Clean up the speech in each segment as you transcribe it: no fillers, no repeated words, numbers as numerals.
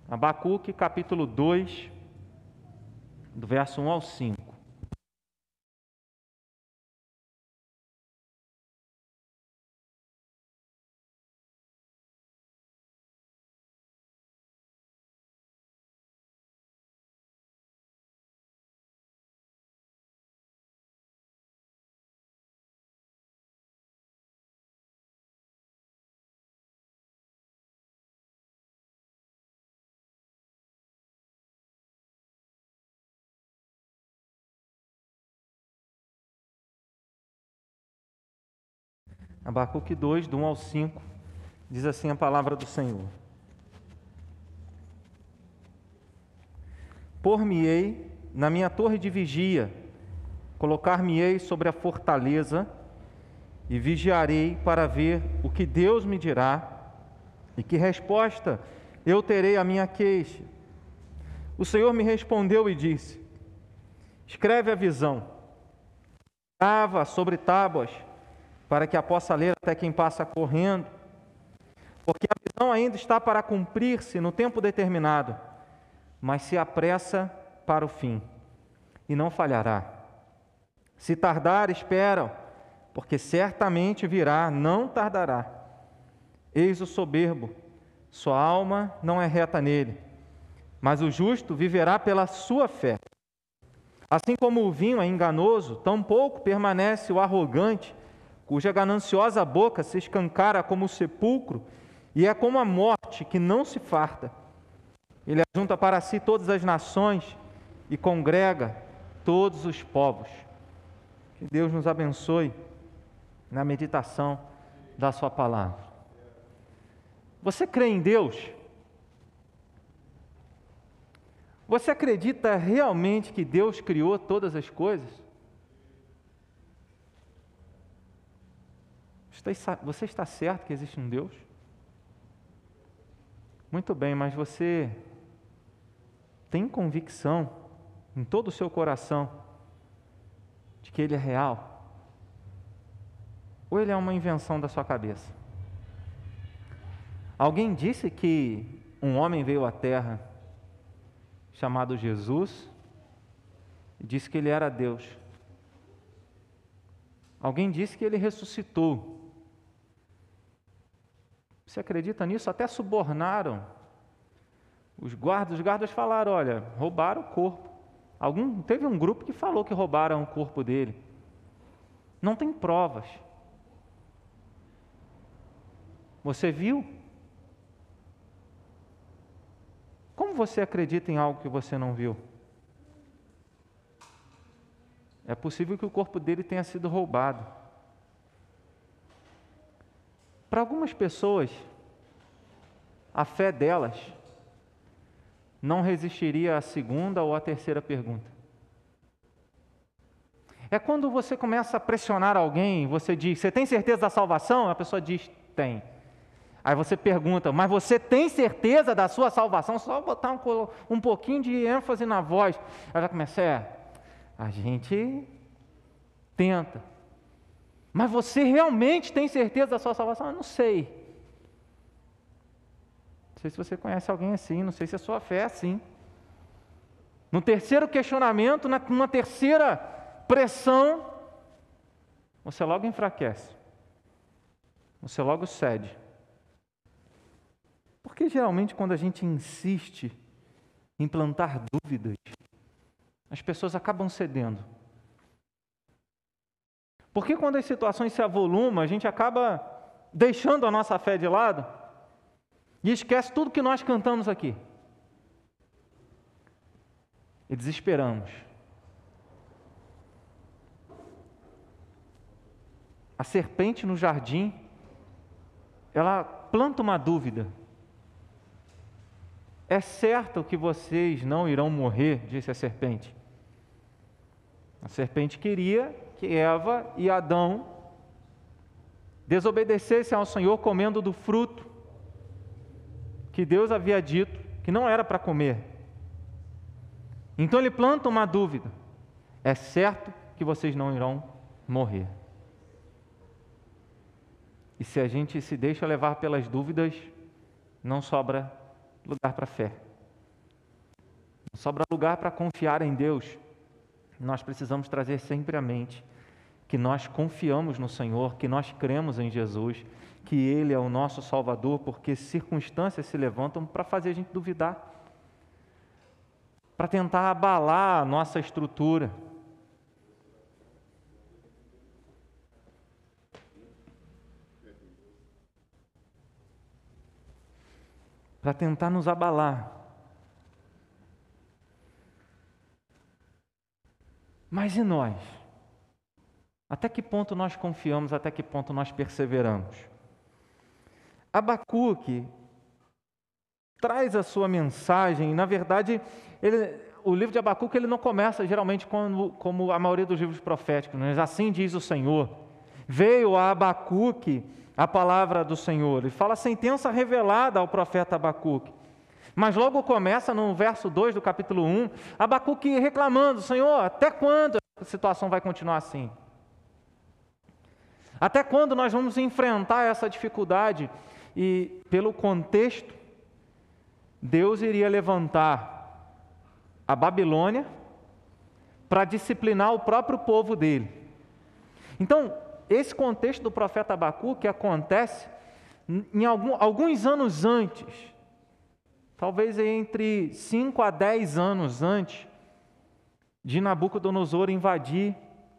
Abacuque, capítulo 2, do verso 1 ao 5. Abacuque 2, do 1 ao 5, diz assim a palavra do Senhor. Por-me-ei na minha torre de vigia, colocar-me-ei sobre a fortaleza e vigiarei para ver o que Deus me dirá e que resposta eu terei à minha queixa. O Senhor me respondeu e disse: escreve a visão, grava sobre tábuas, para que a possa ler até quem passa correndo, porque a visão ainda está para cumprir-se no tempo determinado, mas se apressa para o fim, e não falhará. Se tardar, espera, porque certamente virá, não tardará. Eis o soberbo, sua alma não é reta nele, mas o justo viverá pela sua fé. Assim como o vinho é enganoso, tampouco permanece o arrogante, cuja gananciosa boca se escancara como o sepulcro, e é como a morte que não se farta. Ele ajunta para si todas as nações e congrega todos os povos. Que Deus nos abençoe na meditação da sua palavra. Você crê em Deus? Você acredita realmente que Deus criou todas as coisas? Você está certo que existe um Deus? Muito bem, mas você tem convicção em todo o seu coração de que Ele é real? Ou Ele é uma invenção da sua cabeça? Alguém disse que um homem veio à Terra chamado Jesus e disse que Ele era Deus. Alguém disse que Ele ressuscitou. Você acredita nisso? Até subornaram os guardas. Os guardas falaram: olha, roubaram o corpo. Teve um grupo que falou que roubaram o corpo dele. Não tem provas. Você viu? Como você acredita em algo que você não viu? É possível que o corpo dele tenha sido roubado. Para algumas pessoas, a fé delas não resistiria à segunda ou à terceira pergunta. É quando você começa a pressionar alguém, você diz: você tem certeza da salvação? A pessoa diz: tem. Aí você pergunta: mas você tem certeza da sua salvação? Só botar um pouquinho de ênfase na voz. Ela começa: a gente tenta. Mas você realmente tem certeza da sua salvação? Eu não sei. Não sei se você conhece alguém assim, não sei se a sua fé é assim. No terceiro questionamento, numa terceira pressão, você logo enfraquece. Você logo cede. Porque geralmente quando a gente insiste em plantar dúvidas, as pessoas acabam cedendo. Porque quando as situações se avolumam, a gente acaba deixando a nossa fé de lado e esquece tudo que nós cantamos aqui. E desesperamos. A serpente no jardim, ela planta uma dúvida. É certo que vocês não irão morrer, disse a serpente. A serpente queria que Eva e Adão desobedecessem ao Senhor comendo do fruto que Deus havia dito que não era para comer. Então ele planta uma dúvida: é certo que vocês não irão morrer. E se a gente se deixa levar pelas dúvidas, não sobra lugar para a fé. sobra lugar para confiar em Deus. Nós precisamos trazer sempre à mente que nós confiamos no Senhor, que nós cremos em Jesus, que Ele é o nosso Salvador, porque circunstâncias se levantam para fazer a gente duvidar, para tentar abalar a nossa estrutura. Para tentar nos abalar. Mas e nós? Até que ponto nós confiamos, até que ponto nós perseveramos? Abacuque traz a sua mensagem, na verdade, o livro de Abacuque ele não começa geralmente como a maioria dos livros proféticos, mas assim diz o Senhor. Veio a Abacuque a palavra do Senhor, ele fala a sentença revelada ao profeta Abacuque. Mas logo começa no verso 2 do capítulo 1, Abacuque reclamando: Senhor, até quando a situação vai continuar assim? Até quando nós vamos enfrentar essa dificuldade? E pelo contexto, Deus iria levantar a Babilônia para disciplinar o próprio povo dele. Então, esse contexto do profeta Abacuque acontece em alguns anos antes, talvez entre 5 a 10 anos antes de Nabucodonosor invadir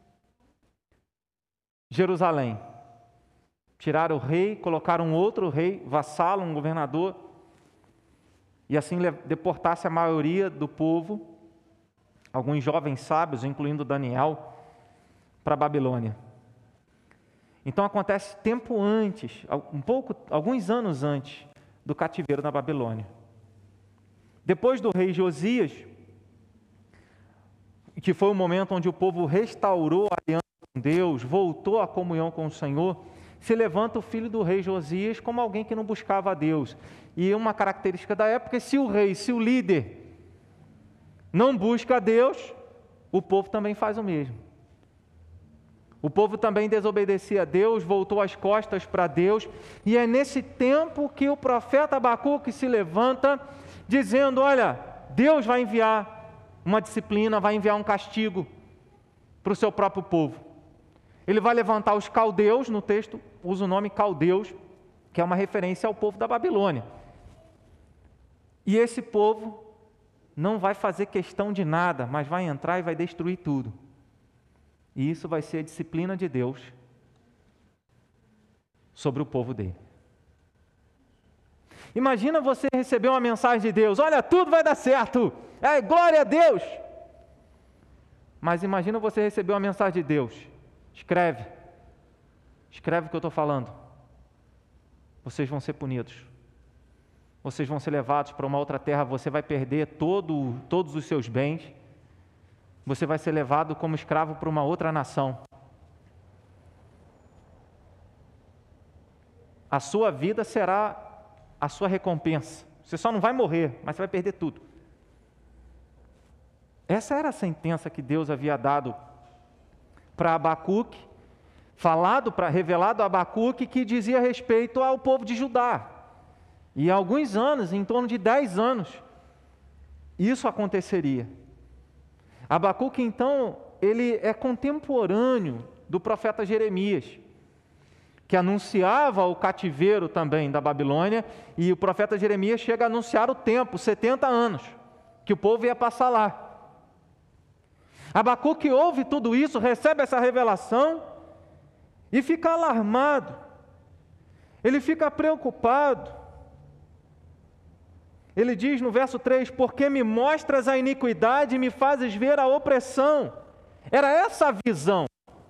Jerusalém. Tiraram o rei, colocaram outro rei, vassalo, um governador, e assim deportasse a maioria do povo, alguns jovens sábios, incluindo Daniel, para a Babilônia. Então acontece tempo antes, alguns anos antes do cativeiro na Babilônia. Depois do rei Josias, que foi o momento onde o povo restaurou a aliança com Deus, voltou à comunhão com o Senhor, se levanta o filho do rei Josias como alguém que não buscava a Deus. E uma característica da época é se o líder não busca a Deus, o povo também faz o mesmo. O povo também desobedecia a Deus, voltou as costas para Deus, e é nesse tempo que o profeta Abacuque se levanta, dizendo: olha, Deus vai enviar uma disciplina, vai enviar um castigo para o seu próprio povo. Ele vai levantar os caldeus, no texto usa o nome caldeus, que é uma referência ao povo da Babilônia. E esse povo não vai fazer questão de nada, mas vai entrar e vai destruir tudo. E isso vai ser a disciplina de Deus sobre o povo dele. Imagina você receber uma mensagem de Deus: olha, tudo vai dar certo, glória a Deus. Mas imagina você receber uma mensagem de Deus: escreve o que eu estou falando, vocês vão ser punidos, vocês vão ser levados para uma outra terra, você vai perder todos os seus bens, você vai ser levado como escravo para uma outra nação. A sua vida será a sua recompensa. Você só não vai morrer, mas você vai perder tudo. Essa era a sentença que Deus havia dado para Abacuque, revelado a Abacuque, que dizia respeito ao povo de Judá. E há alguns anos, em torno de 10 anos, isso aconteceria. Abacuque, então, ele é contemporâneo do profeta Jeremias, que anunciava o cativeiro também da Babilônia, e o profeta Jeremias chega a anunciar o tempo, 70 anos, que o povo ia passar lá. Abacuque ouve tudo isso, recebe essa revelação e fica alarmado, ele fica preocupado. Ele diz no verso 3: porque me mostras a iniquidade e me fazes ver a opressão. Era essa a visão.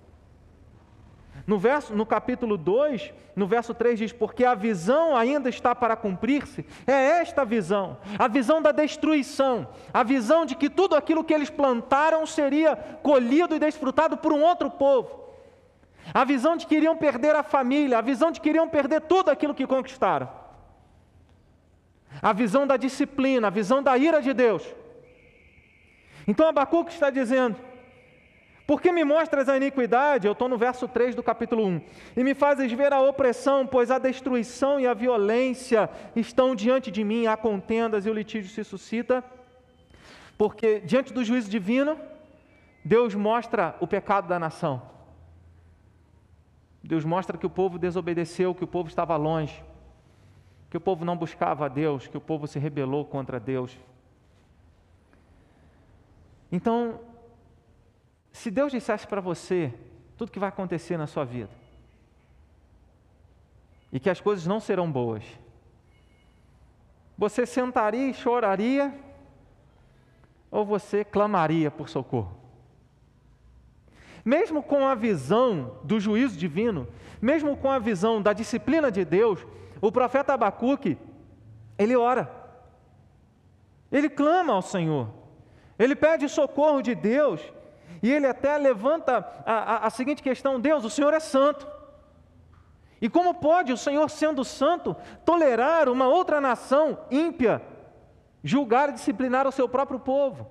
No capítulo 2, no verso 3 diz: porque a visão ainda está para cumprir-se. É esta a visão da destruição, a visão de que tudo aquilo que eles plantaram seria colhido e desfrutado por um outro povo, a visão de que iriam perder a família, a visão de que iriam perder tudo aquilo que conquistaram, a visão da disciplina, a visão da ira de Deus. Então Abacuque está dizendo: porque me mostras a iniquidade, eu estou no verso 3 do capítulo 1, e me fazes ver a opressão, pois a destruição e a violência estão diante de mim, há contendas e o litígio se suscita. Porque diante do juízo divino, Deus mostra o pecado da nação. Deus mostra que o povo desobedeceu, que o povo estava longe, que o povo não buscava a Deus, que o povo se rebelou contra Deus. Então, se Deus dissesse para você tudo que vai acontecer na sua vida, e que as coisas não serão boas, você sentaria e choraria, ou você clamaria por socorro? Mesmo com a visão do juízo divino, mesmo com a visão da disciplina de Deus, o profeta Abacuque, ele ora, ele clama ao Senhor, ele pede socorro de Deus, e ele até levanta a seguinte questão: Deus, o Senhor é santo, e como pode o Senhor, sendo santo, tolerar uma outra nação ímpia, julgar e disciplinar o seu próprio povo?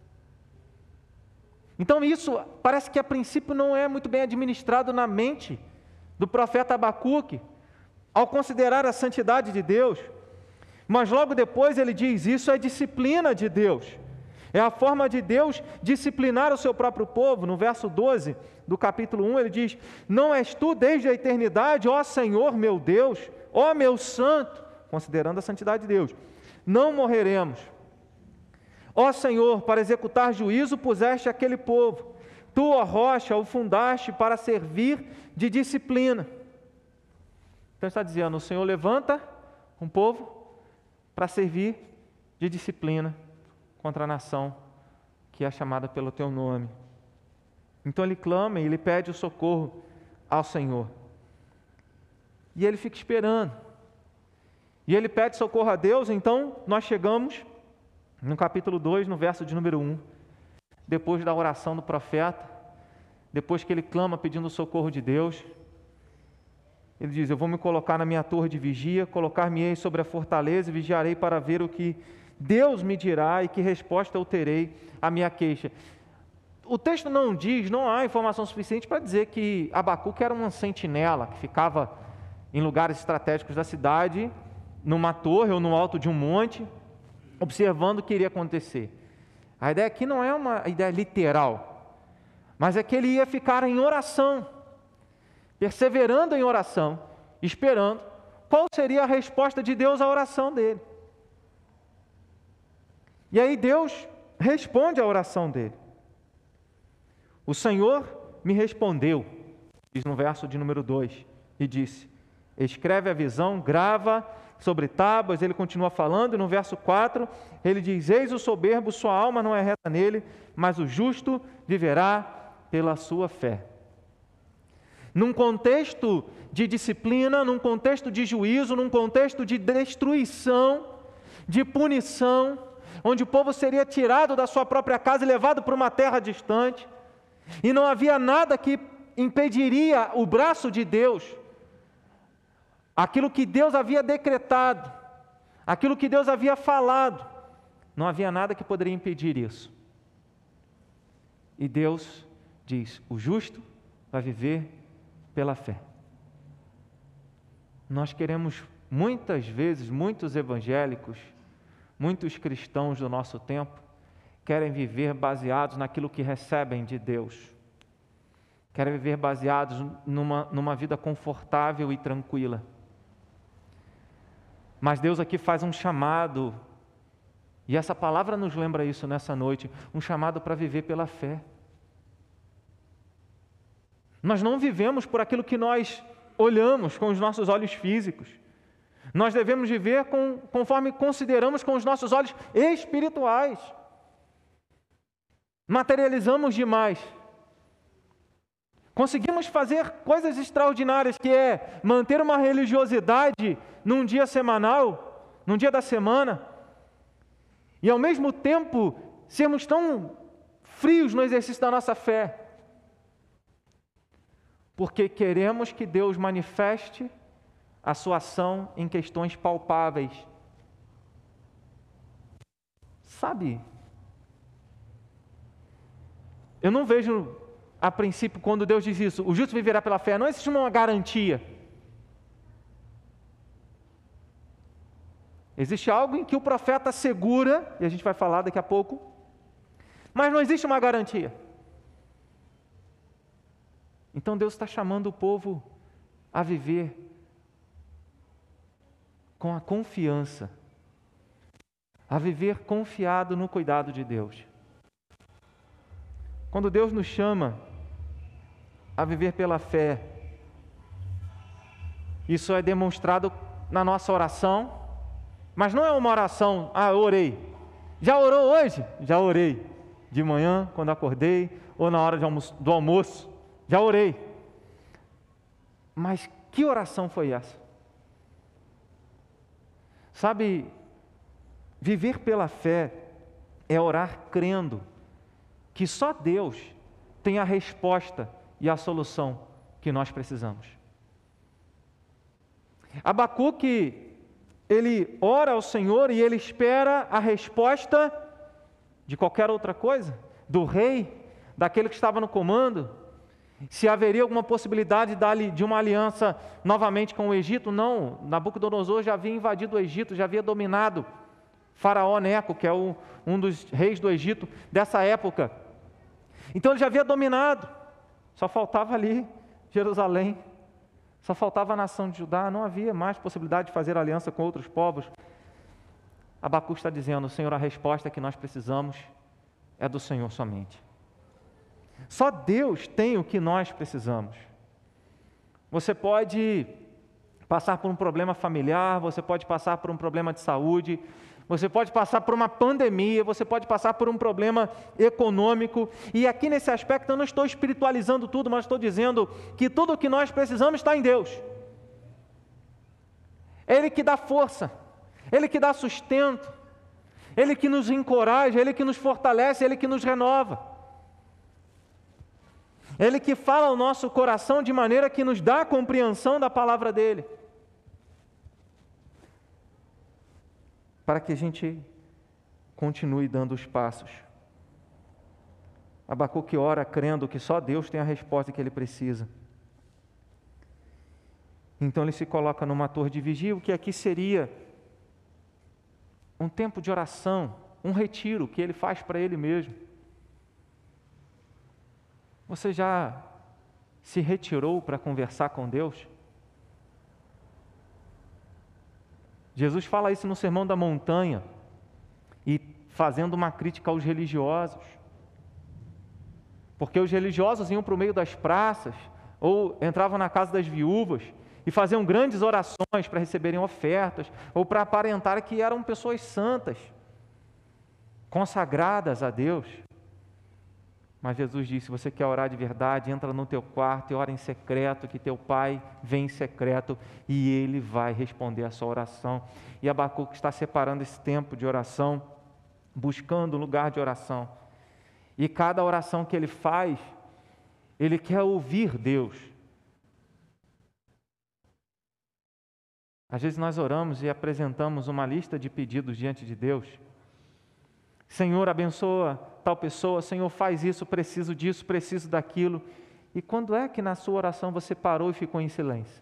Então isso parece que a princípio não é muito bem administrado na mente do profeta Abacuque, ao considerar a santidade de Deus. Mas logo depois ele diz: isso é disciplina de Deus, é a forma de Deus disciplinar o seu próprio povo. No verso 12 do capítulo 1 ele diz: não és tu desde a eternidade, ó Senhor meu Deus, ó meu santo, considerando a santidade de Deus, não morreremos. Ó Senhor, para executar juízo puseste aquele povo, tu, ó rocha, o fundaste para servir de disciplina. Então está dizendo: o Senhor levanta um povo para servir de disciplina contra a nação que é chamada pelo teu nome. Então ele clama e ele pede o socorro ao Senhor. E ele fica esperando. E ele pede socorro a Deus. Então nós chegamos no capítulo 2, no verso de número 1, depois da oração do profeta, depois que ele clama pedindo o socorro de Deus, ele diz: eu vou me colocar na minha torre de vigia, colocar-me-ei sobre a fortaleza e vigiarei para ver o que Deus me dirá e que resposta eu terei à minha queixa. O texto não diz, não há informação suficiente para dizer que Abacuque era uma sentinela que ficava em lugares estratégicos da cidade, numa torre ou no alto de um monte, observando o que iria acontecer. A ideia aqui não é uma ideia literal, mas é que ele ia ficar em oração, perseverando em oração, esperando qual seria a resposta de Deus à oração dele. E aí Deus responde à oração dele. O Senhor me respondeu, diz no verso de número 2, e disse: escreve a visão, grava sobre tábuas. Ele continua falando, e no verso 4, ele diz: eis o soberbo, sua alma não é reta nele, mas o justo viverá pela sua fé. Num contexto de disciplina, num contexto de juízo, num contexto de destruição, de punição, onde o povo seria tirado da sua própria casa e levado para uma terra distante, e não havia nada que impediria o braço de Deus, aquilo que Deus havia decretado, aquilo que Deus havia falado, não havia nada que poderia impedir isso. E Deus diz: o justo vai viver pela fé. Nós queremos muitas vezes, muitos evangélicos, muitos cristãos do nosso tempo, querem viver baseados naquilo que recebem de Deus, querem viver baseados numa vida confortável e tranquila. Mas Deus aqui faz um chamado, e essa palavra nos lembra isso nessa noite, um chamado para viver pela fé. Nós não vivemos por aquilo que nós olhamos com os nossos olhos físicos. Nós devemos viver conforme consideramos com os nossos olhos espirituais. Materializamos demais. Conseguimos fazer coisas extraordinárias, que é manter uma religiosidade num dia semanal, num dia da semana, e ao mesmo tempo sermos tão frios no exercício da nossa fé, porque queremos que Deus manifeste a sua ação em questões palpáveis. Sabe, eu não vejo, a princípio, quando Deus diz isso, o justo viverá pela fé, não existe uma garantia. Existe algo em que o profeta assegura, e a gente vai falar daqui a pouco, mas não existe uma garantia. Então Deus está chamando o povo a viver com a confiança, a viver confiado no cuidado de Deus. Quando Deus nos chama a viver pela fé, isso é demonstrado na nossa oração, mas não é uma oração, eu orei. Já orou hoje? Já orei. De manhã, quando acordei, ou na hora do almoço, já orei. Mas que oração foi essa? Sabe, viver pela fé é orar crendo que só Deus tem a resposta e a solução que nós precisamos. Abacuque, ele ora ao Senhor e ele espera a resposta de qualquer outra coisa, do rei, daquele que estava no comando, se haveria alguma possibilidade de uma aliança novamente com o Egito. Não, Nabucodonosor já havia invadido o Egito, já havia dominado Faraó Neco, que é um dos reis do Egito dessa época. Então ele já havia dominado, só faltava ali Jerusalém, só faltava a nação de Judá, não havia mais possibilidade de fazer aliança com outros povos. Abacuque está dizendo: Senhor, a resposta que nós precisamos é do Senhor somente. Só Deus tem o que nós precisamos. Você pode passar por um problema familiar, você pode passar por um problema de saúde, você pode passar por uma pandemia, você pode passar por um problema econômico, e aqui nesse aspecto eu não estou espiritualizando tudo, mas estou dizendo que tudo o que nós precisamos está em Deus. Ele que dá força, Ele que dá sustento, Ele que nos encoraja, Ele que nos fortalece, Ele que nos renova. Ele que fala ao nosso coração de maneira que nos dá a compreensão da palavra dEle, para que a gente continue dando os passos. Abacuque ora crendo que só Deus tem a resposta que ele precisa. Então ele se coloca numa torre de vigia, o que aqui seria um tempo de oração, um retiro que ele faz para ele mesmo. Você já se retirou para conversar com Deus? Jesus fala isso no Sermão da Montanha, e fazendo uma crítica aos religiosos. Porque os religiosos iam para o meio das praças, ou entravam na casa das viúvas, e faziam grandes orações para receberem ofertas, ou para aparentar que eram pessoas santas, consagradas a Deus. Mas Jesus disse: você quer orar de verdade, entra no teu quarto e ora em secreto, que teu Pai vem em secreto e Ele vai responder a sua oração. E Abacuque está separando esse tempo de oração, buscando um lugar de oração. E cada oração que ele faz, ele quer ouvir Deus. Às vezes nós oramos e apresentamos uma lista de pedidos diante de Deus. Senhor, abençoa tal pessoa, Senhor, faz isso, preciso disso, preciso daquilo. E quando é que na sua oração você parou e ficou em silêncio?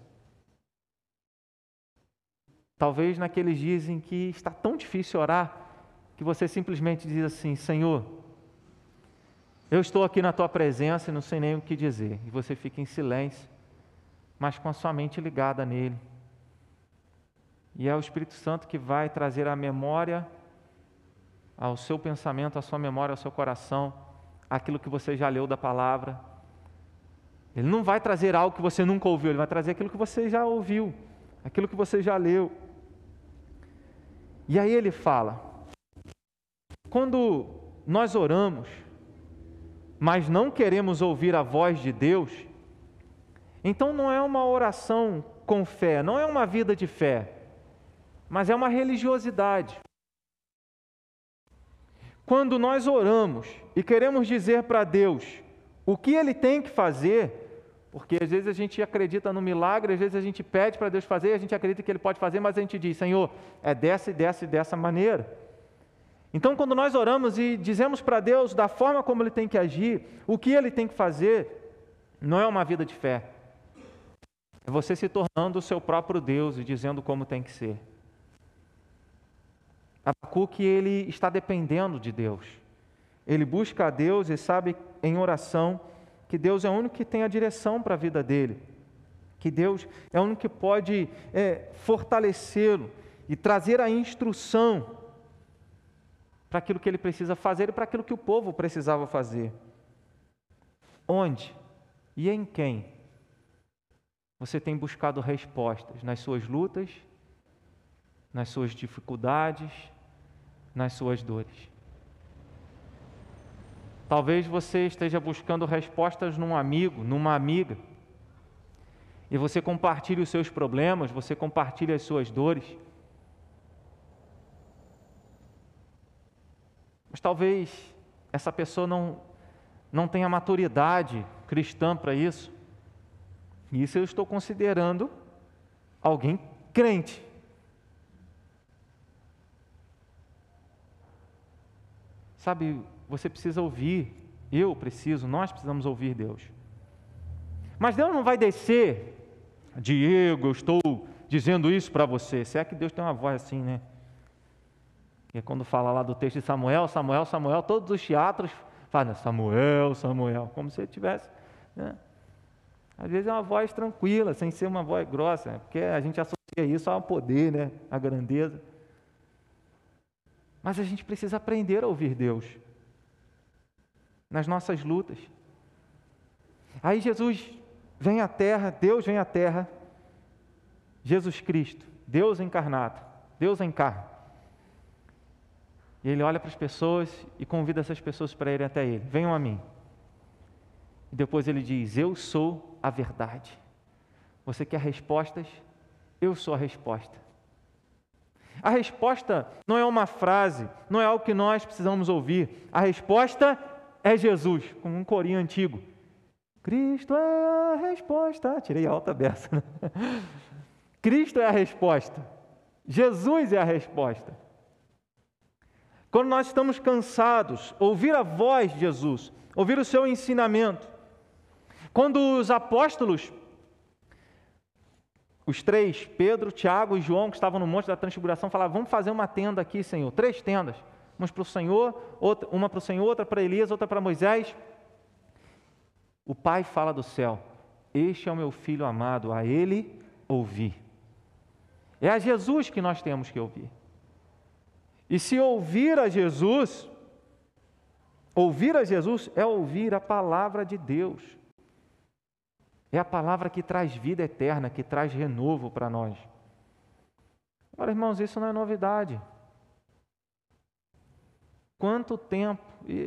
Talvez naqueles dias em que está tão difícil orar, que você simplesmente diz assim: Senhor, eu estou aqui na tua presença e não sei nem o que dizer. E você fica em silêncio, mas com a sua mente ligada nele. E é o Espírito Santo que vai trazer a memória ao seu pensamento, à sua memória, ao seu coração, aquilo que você já leu da palavra. Ele não vai trazer algo que você nunca ouviu, ele vai trazer aquilo que você já ouviu, aquilo que você já leu. E aí ele fala: quando nós oramos, mas não queremos ouvir a voz de Deus, então não é uma oração com fé, não é uma vida de fé, mas é uma religiosidade. Quando nós oramos e queremos dizer para Deus o que Ele tem que fazer, porque às vezes a gente acredita no milagre, às vezes a gente pede para Deus fazer, a gente acredita que Ele pode fazer, mas a gente diz: Senhor, é dessa e dessa e dessa maneira. Então, quando nós oramos e dizemos para Deus da forma como Ele tem que agir, o que Ele tem que fazer, não é uma vida de fé. É você se tornando o seu próprio Deus e dizendo como tem que ser. Abacuque, ele está dependendo de Deus. Ele busca a Deus e sabe em oração que Deus é o único que tem a direção para a vida dele, que Deus é o único que pode fortalecê-lo e trazer a instrução para aquilo que ele precisa fazer e para aquilo que o povo precisava fazer. Onde e em quem você tem buscado respostas? Nas suas lutas, nas suas dificuldades, nas suas dores. Talvez você esteja buscando respostas num amigo, numa amiga, e você compartilha os seus problemas, você compartilha as suas dores. Mas talvez essa pessoa não tenha maturidade cristã para isso. E isso eu estou considerando alguém crente. Sabe, você precisa ouvir, nós precisamos ouvir Deus. Mas Deus não vai descer, Diego, eu estou dizendo isso para você. Se é que Deus tem uma voz assim, né? E quando fala lá do texto de Samuel, todos os teatros falam, Samuel, como se ele tivesse, né? Às vezes é uma voz tranquila, sem ser uma voz grossa, né? Porque a gente associa isso ao poder, né? À grandeza. Mas a gente precisa aprender a ouvir Deus nas nossas lutas. Aí Jesus vem à terra, Deus vem à terra, Jesus Cristo, Deus encarnado, Deus encarna. E Ele olha para as pessoas e convida essas pessoas para irem até Ele. Venham a mim. E depois Ele diz, eu sou a verdade. Você quer respostas? Eu sou a resposta. A resposta não é uma frase, não é algo que nós precisamos ouvir. A resposta é Jesus, como um corinho antigo. Cristo é a resposta. Tirei a alta beça, né? Cristo é a resposta. Jesus é a resposta. Quando nós estamos cansados, ouvir a voz de Jesus, ouvir o seu ensinamento. Quando os apóstolos, os três, Pedro, Tiago e João, que estavam no Monte da Transfiguração, falavam, vamos fazer uma tenda aqui, Senhor, 3 tendas. Uma para o Senhor, outra para Elias, outra para Moisés. O Pai fala do céu, este é o meu Filho amado, a Ele ouvi. É a Jesus que nós temos que ouvir. E se ouvir a Jesus é ouvir a palavra de Deus. É a palavra que traz vida eterna, que traz renovo para nós. Agora, irmãos, isso não é novidade. Quanto tempo,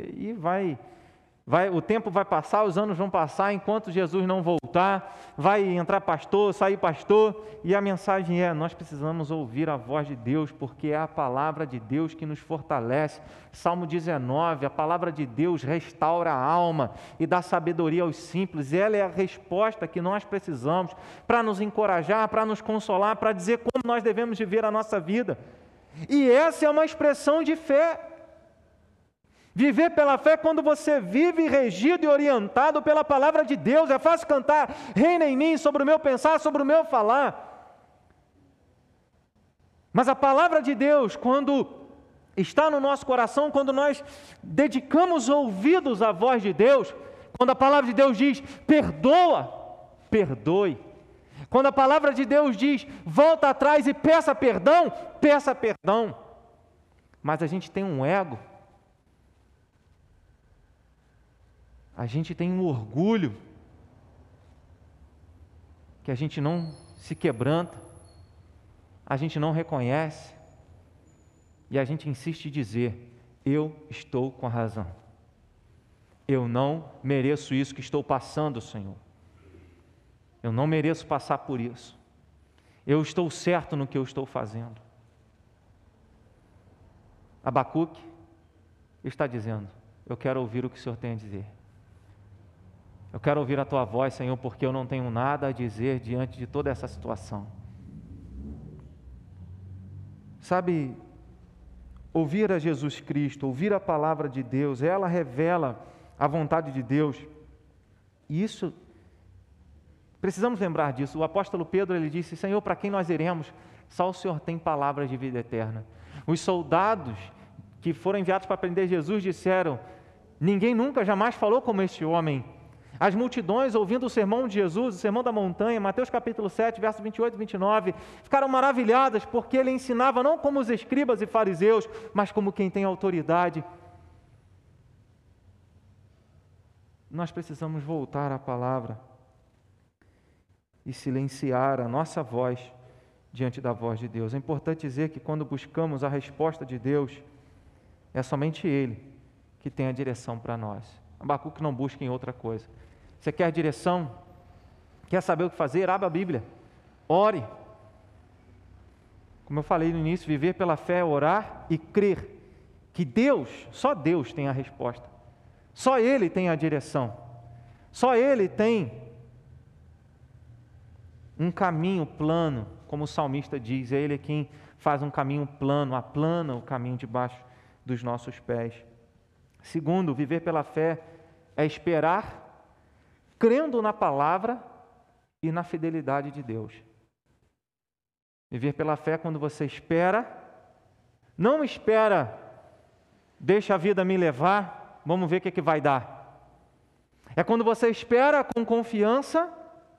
o tempo vai passar, os anos vão passar, enquanto Jesus não voltar, vai entrar pastor, sair pastor, e a mensagem é, nós precisamos ouvir a voz de Deus, porque é a palavra de Deus que nos fortalece. Salmo 19, a palavra de Deus restaura a alma e dá sabedoria aos simples, ela é a resposta que nós precisamos para nos encorajar, para nos consolar, para dizer como nós devemos viver a nossa vida. E essa é uma expressão de fé. Viver pela fé quando você vive regido e orientado pela palavra de Deus. É fácil cantar, reina em mim, sobre o meu pensar, sobre o meu falar. Mas a palavra de Deus, quando está no nosso coração, quando nós dedicamos ouvidos à voz de Deus, quando a palavra de Deus diz, perdoa, perdoe. Quando a palavra de Deus diz, volta atrás e peça perdão, peça perdão. Mas a gente tem um ego. A gente tem um orgulho que a gente não se quebranta, a gente não reconhece e a gente insiste em dizer, eu estou com a razão. Eu não mereço isso que estou passando, Senhor. Eu não mereço passar por isso. Eu estou certo no que eu estou fazendo. Abacuque está dizendo, eu quero ouvir o que o Senhor tem a dizer. Eu quero ouvir a Tua voz, Senhor, porque eu não tenho nada a dizer diante de toda essa situação. Sabe, ouvir a Jesus Cristo, ouvir a palavra de Deus, ela revela a vontade de Deus. E isso, precisamos lembrar disso. O apóstolo Pedro, ele disse, Senhor, para quem nós iremos? Só o Senhor tem palavras de vida eterna. Os soldados que foram enviados para prender Jesus disseram, Ninguém nunca, jamais falou como este homem. As multidões, ouvindo o sermão de Jesus, o sermão da montanha, Mateus capítulo 7, versos 28 e 29, ficaram maravilhadas porque ele ensinava não como os escribas e fariseus, mas como quem tem autoridade. Nós precisamos voltar à palavra e silenciar a nossa voz diante da voz de Deus. É importante dizer que quando buscamos a resposta de Deus, é somente Ele que tem a direção para nós. Abacuque não busca em outra coisa. Você quer direção? Quer saber o que fazer? Abra a Bíblia. Ore. Como eu falei no início, viver pela fé é orar e crer que Deus, só Deus tem a resposta. Só Ele tem a direção. Só Ele tem um caminho plano, como o salmista diz. É Ele quem faz um caminho plano, aplana o caminho debaixo dos nossos pés. Segundo, viver pela fé é esperar, crendo na palavra e na fidelidade de Deus. Viver pela fé é quando você espera, não espera, deixa a vida me levar, vamos ver o que vai dar. É quando você espera com confiança,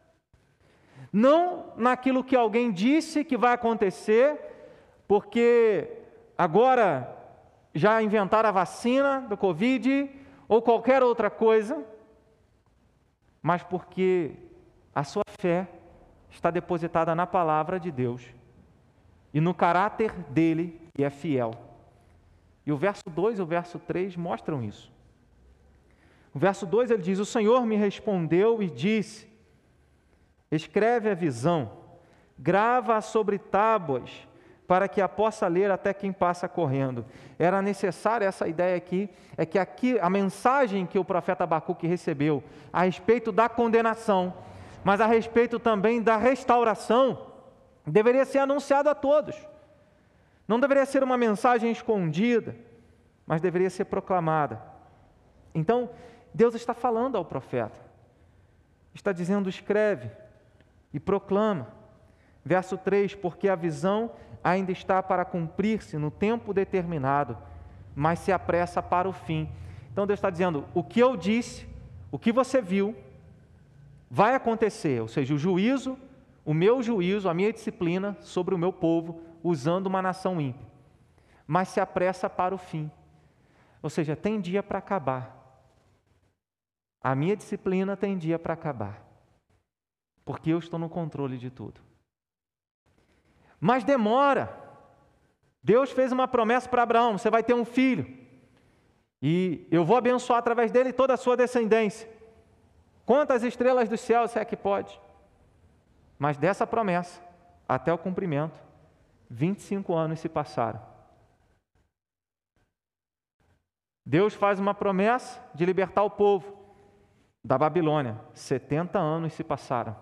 não naquilo que alguém disse que vai acontecer, porque agora já inventaram a vacina do Covid ou qualquer outra coisa, mas porque a sua fé está depositada na palavra de Deus e no caráter dele, que é fiel. E o verso 2 e o verso 3 mostram isso. O verso 2 ele diz: o Senhor me respondeu e disse: escreve a visão, grava-a sobre tábuas, para que a possa ler até quem passa correndo. Era necessária essa ideia aqui, é que aqui a mensagem que o profeta Abacuque recebeu a respeito da condenação, mas a respeito também da restauração, deveria ser anunciada a todos. Não deveria ser uma mensagem escondida, mas deveria ser proclamada. Então, Deus está falando ao profeta, está dizendo: escreve e proclama. Verso 3, porque a visão ainda está para cumprir-se no tempo determinado, mas se apressa para o fim. Então Deus está dizendo: o que eu disse, o que você viu, vai acontecer, ou seja, o juízo, o meu juízo, a minha disciplina sobre o meu povo, usando uma nação ímpia, mas se apressa para o fim. Ou seja, tem dia para acabar. A minha disciplina tem dia para acabar, porque eu estou no controle de tudo. Mas demora. Deus fez uma promessa para Abraão: você vai ter um filho, e eu vou abençoar através dele toda a sua descendência. Quantas estrelas do céu, se é que pode? Mas dessa promessa, até o cumprimento, 25 anos se passaram. Deus faz uma promessa de libertar o povo da Babilônia. 70 anos se passaram.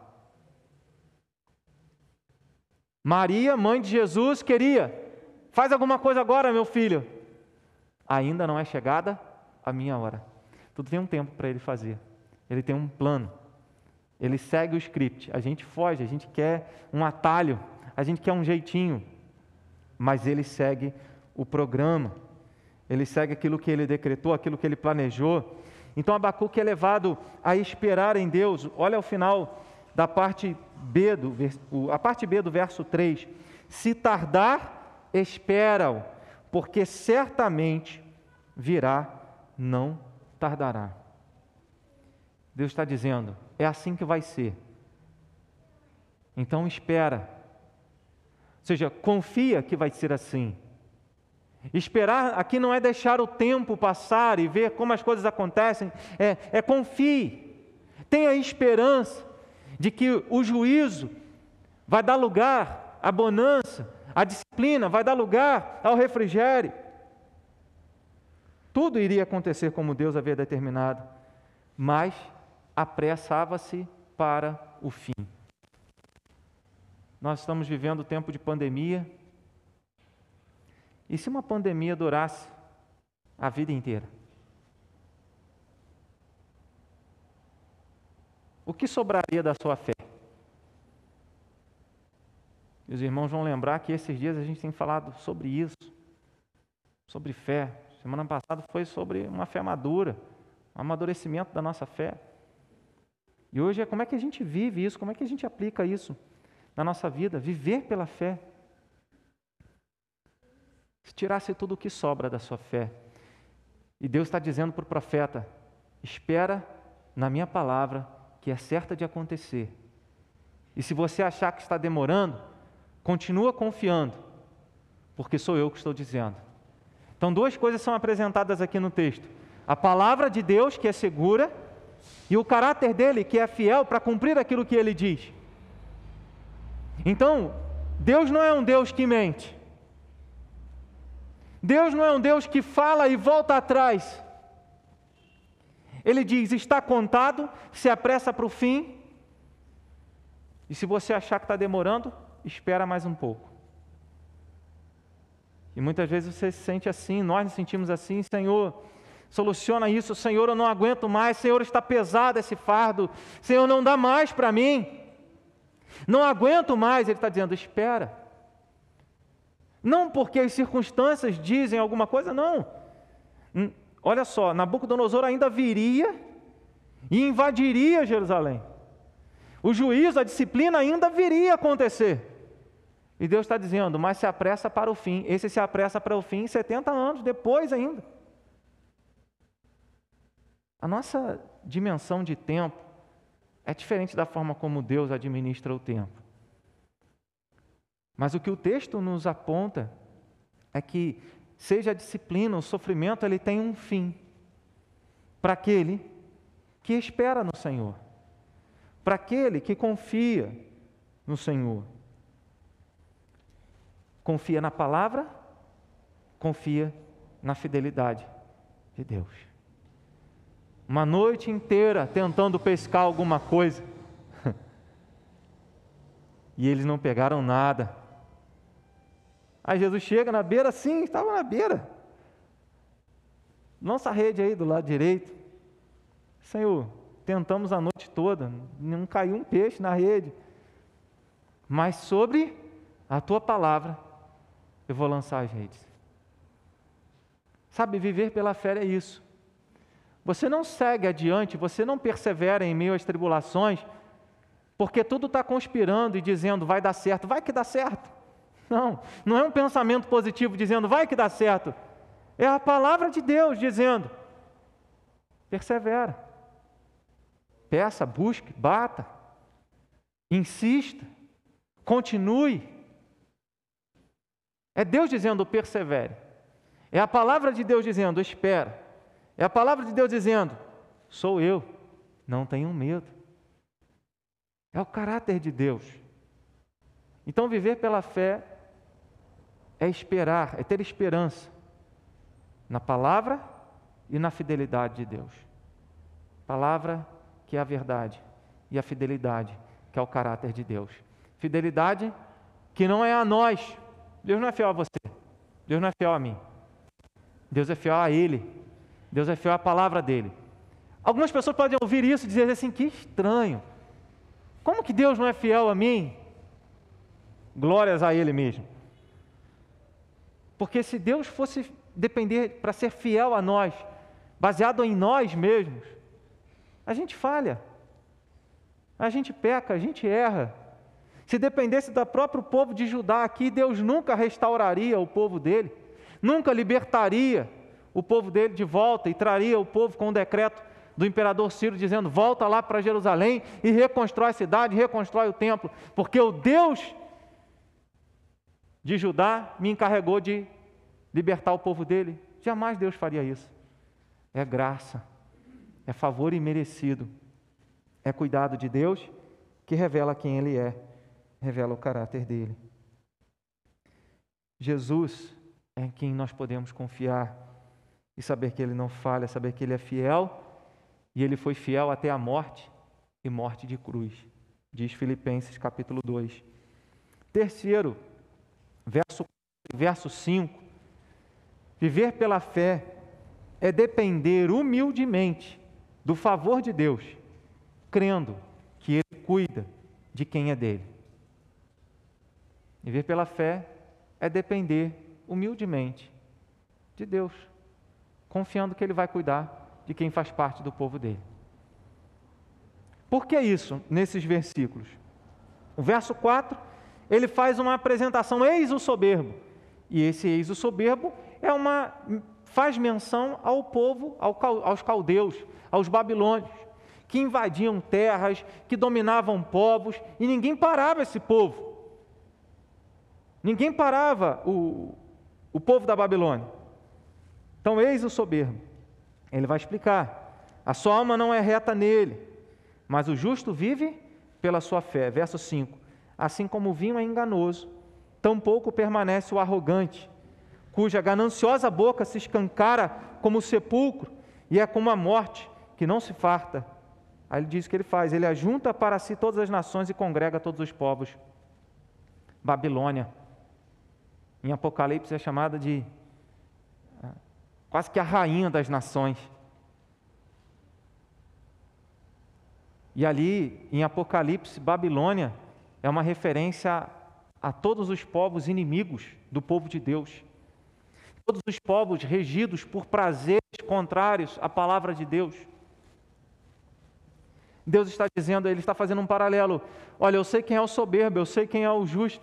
Maria, mãe de Jesus, queria: faz alguma coisa agora, meu filho. Ainda não é chegada a minha hora. Tudo tem um tempo para ele fazer. Ele tem um plano. Ele segue o script. A gente foge, a gente quer um atalho, a gente quer um jeitinho. Mas ele segue o programa. Ele segue aquilo que ele decretou, aquilo que ele planejou. Então Abacuque é levado a esperar em Deus. Olha o final da parte B do verso 3. Se tardar, espera-o, porque certamente virá, não tardará. Deus está dizendo: é assim que vai ser. Então espera. Ou seja, confia que vai ser assim. Esperar aqui não é deixar o tempo passar e ver como as coisas acontecem, confie, tenha esperança de que o juízo vai dar lugar à bonança, a disciplina vai dar lugar ao refrigério. Tudo iria acontecer como Deus havia determinado, mas apressava-se para o fim. Nós estamos vivendo tempo de pandemia. E se uma pandemia durasse a vida inteira? O que sobraria da sua fé? E os irmãos vão lembrar que esses dias a gente tem falado sobre isso, sobre fé, Semana passada foi sobre uma fé madura, um amadurecimento da nossa fé. E hoje é como é que a gente vive isso, como é que a gente aplica isso na nossa vida, viver pela fé. Se tirasse tudo o que sobra da sua fé, e Deus está dizendo para o profeta, espera na minha palavra, que é certa de acontecer. E se você achar que está demorando, continua confiando, porque sou eu que estou dizendo. Então, duas coisas são apresentadas aqui no texto. A palavra de Deus, que é segura, e o caráter dele, que é fiel para cumprir aquilo que ele diz. Então, Deus não é um Deus que mente. Deus não é um Deus que fala e volta atrás. Ele diz, está contado, se apressa para o fim. E se você achar que está demorando, espera mais um pouco. E muitas vezes você se sente assim, nós nos sentimos assim, Senhor, soluciona isso, Senhor, eu não aguento mais, Senhor, está pesado esse fardo, Senhor, não dá mais para mim, não aguento mais. Ele está dizendo, espera. Não porque as circunstâncias dizem alguma coisa, não. Olha só, Nabucodonosor ainda viria e invadiria Jerusalém. O juízo, a disciplina ainda viria a acontecer. E Deus está dizendo, mas se apressa para o fim. Esse se apressa para o fim 70 anos depois ainda. A nossa dimensão de tempo é diferente da forma como Deus administra o tempo. Mas o que o texto nos aponta é que, seja a disciplina, o sofrimento, ele tem um fim. Para aquele que espera no Senhor. Para aquele que confia no Senhor. Confia na palavra, confia na fidelidade de Deus. Uma noite inteira tentando pescar alguma coisa. E eles não pegaram nada. Aí Jesus chega na beira, sim, estava na beira. Lança a rede aí do lado direito. Senhor, tentamos a noite toda, não caiu um peixe na rede. Mas sobre a tua palavra, eu vou lançar as redes. Sabe, viver pela fé é isso. Você não segue adiante, você não persevera em meio às tribulações, porque tudo está conspirando e dizendo, vai dar certo, vai que dá certo. Não, não é um pensamento positivo dizendo, vai que dá certo. É a palavra de Deus dizendo, persevera. Peça, busque, bata, insista, continue. É Deus dizendo, persevere. É a palavra de Deus dizendo, espera. É a palavra de Deus dizendo, sou eu, não tenham medo. É o caráter de Deus. Então, viver pela fé é esperar, é ter esperança na palavra e na fidelidade de Deus. Palavra que é a verdade e a fidelidade que é o caráter de Deus. Fidelidade que não é a nós. Deus não é fiel a você. Deus não é fiel a mim. Deus é fiel a Ele. Deus é fiel à palavra dEle. Algumas pessoas podem ouvir isso e dizer assim, que estranho. Como que Deus não é fiel a mim? Glórias a Ele mesmo. Porque se Deus fosse depender para ser fiel a nós, baseado em nós mesmos, a gente falha, a gente peca, a gente erra. Se dependesse do próprio povo de Judá aqui, Deus nunca restauraria o povo dele, nunca libertaria o povo dele de volta e traria o povo com o decreto do imperador Ciro dizendo, volta lá para Jerusalém e reconstrói a cidade, reconstrói o templo, porque o Deus de Judá me encarregou de libertar o povo dele. Jamais Deus faria isso. É graça, é favor imerecido, é cuidado de Deus que revela quem Ele é, revela o caráter dele. Jesus é em quem nós podemos confiar e saber que Ele não falha, saber que Ele é fiel e Ele foi fiel até a morte e morte de cruz, diz Filipenses capítulo 2. Terceiro, verso 5, viver pela fé é depender humildemente do favor de Deus, crendo que Ele cuida de quem é dele. Viver pela fé é depender humildemente de Deus, confiando que Ele vai cuidar de quem faz parte do povo dele. Por que isso nesses versículos? O verso 4, ele faz uma apresentação, eis o soberbo. E esse eis o soberbo faz menção ao povo, aos caldeus, aos babilônios, que invadiam terras, que dominavam povos, e ninguém parava esse povo. Ninguém parava o povo da Babilônia. Então, eis o soberbo. Ele vai explicar. A sua alma não é reta nele, mas o justo vive pela sua fé. Verso 5. Assim como o vinho é enganoso, tampouco permanece o arrogante, cuja gananciosa boca se escancara como o sepulcro, e é como a morte, que não se farta. Aí ele diz o que ele faz, ele ajunta para si todas as nações e congrega todos os povos. Babilônia, em Apocalipse é chamada de quase que a rainha das nações. E ali, em Apocalipse, Babilônia é uma referência a todos os povos inimigos do povo de Deus. Todos os povos regidos por prazeres contrários à palavra de Deus. Deus está dizendo, Ele está fazendo um paralelo. Olha, eu sei quem é o soberbo, eu sei quem é o justo.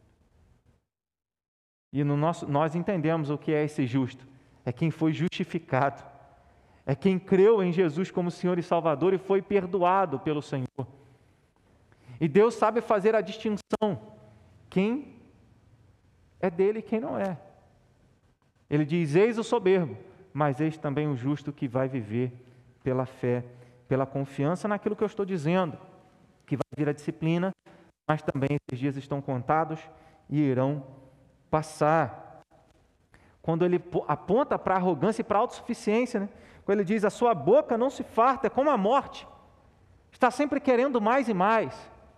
E nós entendemos o que é esse justo. É quem foi justificado. É quem creu em Jesus como Senhor e Salvador e foi perdoado pelo Senhor. E Deus sabe fazer a distinção. Quem é dele e quem não é. Ele diz, eis o soberbo, mas eis também o justo que vai viver pela fé, pela confiança naquilo que eu estou dizendo, que vai vir a disciplina, mas também esses dias estão contados e irão passar. Quando ele aponta para a arrogância e para a autossuficiência, né? Quando ele diz, a sua boca não se farta, é como a morte, está sempre querendo mais e mais.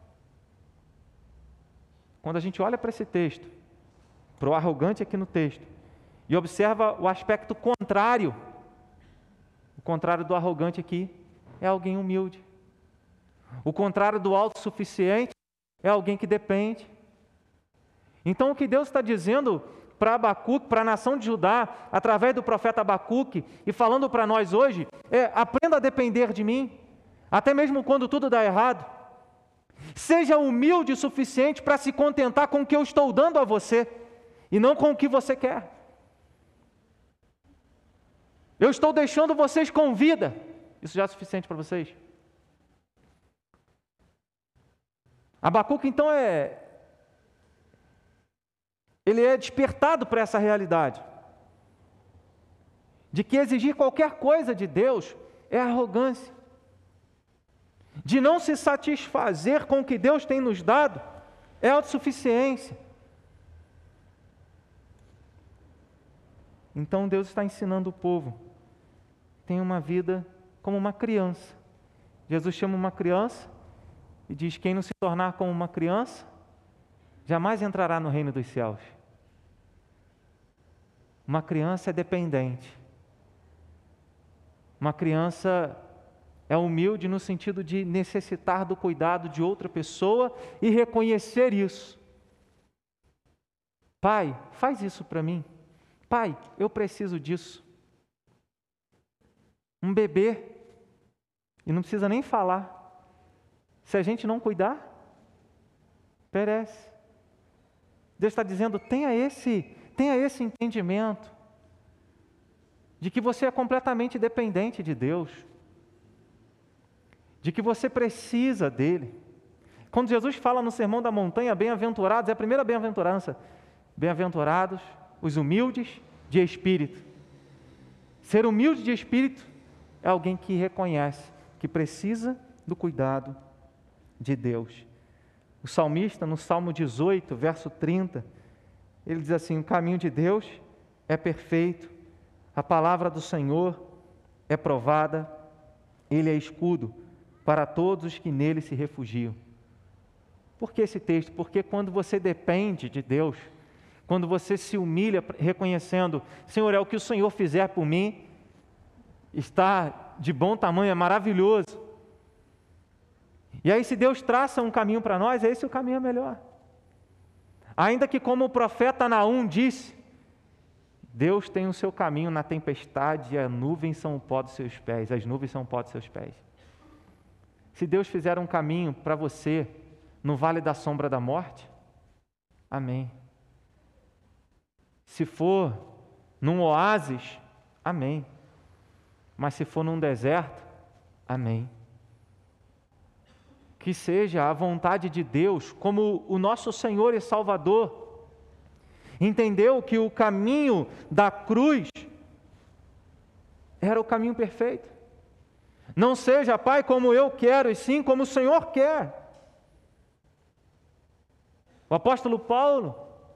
Quando a gente olha para esse texto, para o arrogante aqui no texto, e observa o aspecto contrário, o contrário do arrogante aqui é alguém humilde. O contrário do autossuficiente é alguém que depende. Então o que Deus está dizendo para Abacuque, para a nação de Judá, através do profeta Abacuque, e falando para nós hoje, aprenda a depender de mim, até mesmo quando tudo dá errado. Seja humilde o suficiente para se contentar com o que eu estou dando a você, e não com o que você quer. Eu estou deixando vocês com vida. Isso já é suficiente para vocês? Abacuque, então, ele é despertado para essa realidade, de que exigir qualquer coisa de Deus é arrogância, de não se satisfazer com o que Deus tem nos dado é autossuficiência. Então Deus está ensinando o povo, tem uma vida como uma criança. Jesus chama uma criança e diz, quem não se tornar como uma criança, jamais entrará no reino dos céus. Uma criança é dependente. Uma criança é humilde no sentido de necessitar do cuidado de outra pessoa e reconhecer isso. Pai, faz isso para mim. Pai, eu preciso disso. Um bebê, e não precisa nem falar. Se a gente não cuidar, perece. Deus está dizendo, tenha esse entendimento de que você é completamente dependente de Deus, de que você precisa dele. Quando Jesus fala no Sermão da Montanha, bem-aventurados, é a primeira bem-aventurança, bem-aventurados os humildes de espírito. Ser humilde de espírito é alguém que reconhece que precisa do cuidado de Deus. O salmista, no Salmo 18, verso 30, ele diz assim, o caminho de Deus é perfeito, a palavra do Senhor é provada, ele é escudo para todos os que nele se refugiam. Por que esse texto? Porque quando você depende de Deus, quando você se humilha reconhecendo, Senhor, é o que o Senhor fizer por mim, está de bom tamanho, é maravilhoso. E aí se Deus traça um caminho para nós, esse é o caminho melhor. Ainda que como o profeta Naum disse, Deus tem o seu caminho na tempestade e as nuvens são o pó dos seus pés. As nuvens são o pó dos seus pés. Se Deus fizer um caminho para você no vale da sombra da morte, amém. Se for num oásis, amém. Mas se for num deserto, amém. Que seja a vontade de Deus, como o nosso Senhor e Salvador entendeu que o caminho da cruz era o caminho perfeito. Não seja, Pai, como eu quero, e sim como o Senhor quer. O apóstolo Paulo,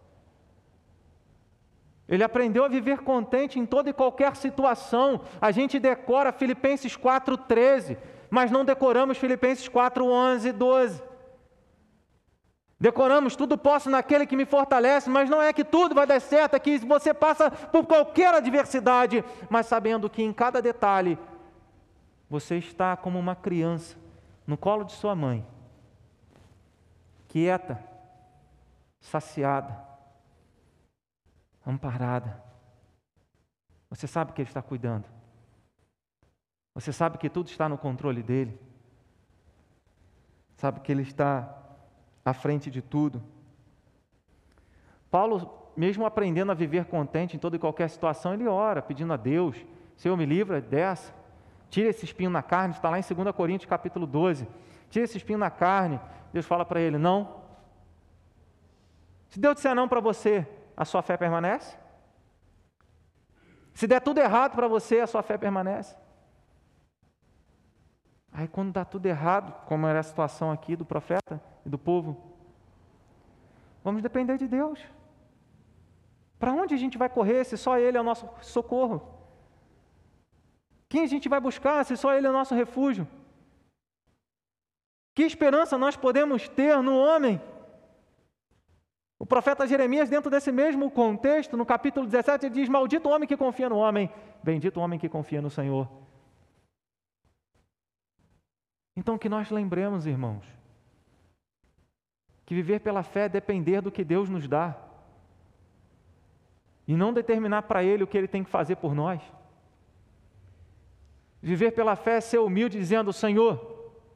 ele aprendeu a viver contente em toda e qualquer situação. A gente decora Filipenses 4,13, mas não decoramos Filipenses 4,11 e 12. Decoramos tudo posso naquele que me fortalece, mas não é que tudo vai dar certo, é que você passa por qualquer adversidade, mas sabendo que em cada detalhe você está como uma criança no colo de sua mãe, quieta, saciada, amparada. Você sabe que Ele está cuidando. Você sabe que tudo está no controle dEle. Sabe que Ele está à frente de tudo. Paulo, mesmo aprendendo a viver contente em toda e qualquer situação, ele ora, pedindo a Deus: Senhor, me livra dessa. Tira esse espinho na carne. Está lá em 2 Coríntios capítulo 12. Tira esse espinho na carne. Deus fala para ele: não. Se Deus disser não para você, a sua fé permanece? Se der tudo errado para você, a sua fé permanece? Aí quando dá tudo errado, como era a situação aqui do profeta e do povo, vamos depender de Deus. Para onde a gente vai correr se só Ele é o nosso socorro? Quem a gente vai buscar se só Ele é o nosso refúgio? Que esperança nós podemos ter no homem? O profeta Jeremias, dentro desse mesmo contexto, no capítulo 17, ele diz: maldito o homem que confia no homem, bendito o homem que confia no Senhor. Então que nós lembremos, irmãos, que viver pela fé é depender do que Deus nos dá e não determinar para Ele o que Ele tem que fazer por nós. Viver pela fé é ser humilde, dizendo: Senhor,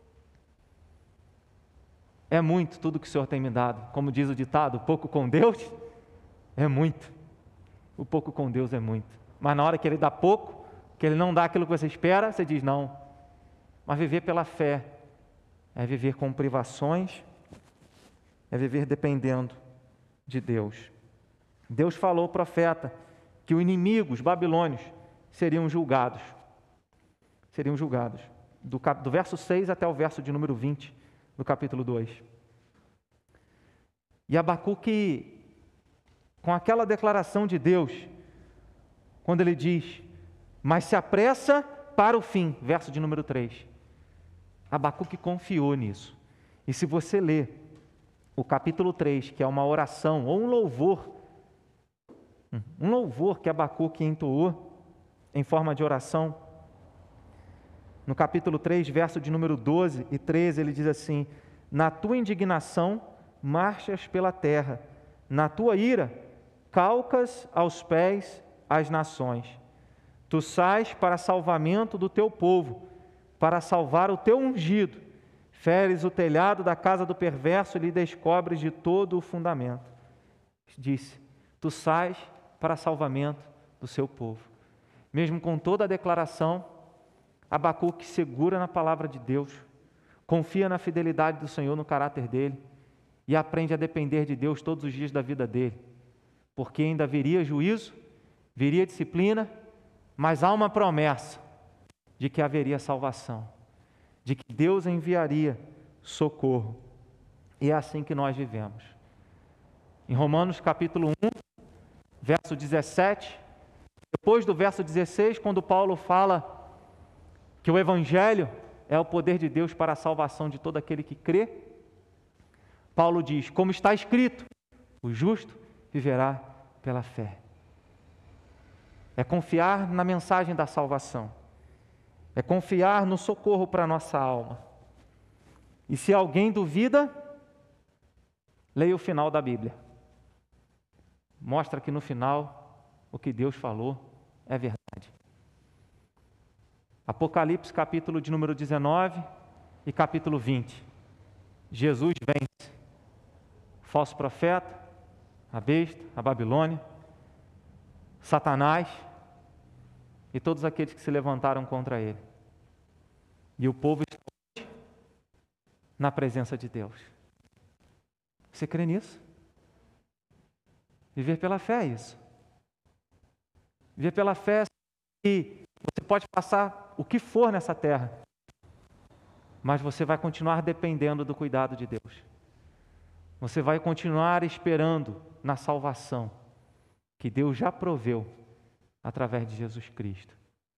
é muito tudo que o Senhor tem me dado. Como diz o ditado, pouco com Deus é muito. O pouco com Deus é muito. Mas na hora que Ele dá pouco, que Ele não dá aquilo que você espera, você diz não. Mas viver pela fé é viver com privações, é viver dependendo de Deus. Deus falou ao profeta que os inimigos babilônios seriam julgados. Seriam julgados. Do verso 6 até o verso de número 20, do capítulo 2. E Abacuque, com aquela declaração de Deus, quando ele diz: mas se apressa para o fim, verso de número 3. Abacuque confiou nisso. E se você ler o capítulo 3, que é uma oração ou um louvor que Abacuque entoou em forma de oração, no capítulo 3, verso de número 12 e 13, ele diz assim: na tua indignação marchas pela terra, na tua ira calcas aos pés as nações. Tu sais para salvamento do teu povo, para salvar o teu ungido. Feres o telhado da casa do perverso e lhe descobres de todo o fundamento. Disse: tu sais para salvamento do seu povo. Mesmo com toda a declaração, Abacuque segura na palavra de Deus, confia na fidelidade do Senhor, no caráter dele, e aprende a depender de Deus todos os dias da vida dele, porque ainda viria juízo, viria disciplina, mas há uma promessa de que haveria salvação, de que Deus enviaria socorro, e é assim que nós vivemos. Em Romanos capítulo 1, verso 17, depois do verso 16, quando Paulo fala que o Evangelho é o poder de Deus para a salvação de todo aquele que crê, Paulo diz: como está escrito, o justo viverá pela fé. É confiar na mensagem da salvação, é confiar no socorro para a nossa alma. E se alguém duvida, leia o final da Bíblia. Mostra que no final o que Deus falou é verdade. Apocalipse, capítulo de número 19 e capítulo 20. Jesus vence o falso profeta, a besta, a Babilônia, Satanás e todos aqueles que se levantaram contra ele. E o povo está na presença de Deus. Você crê nisso? Viver pela fé é isso. Viver pela fé é que você pode passar o que for nessa terra, mas você vai continuar dependendo do cuidado de Deus. Você vai continuar esperando na salvação que Deus já proveu através de Jesus Cristo.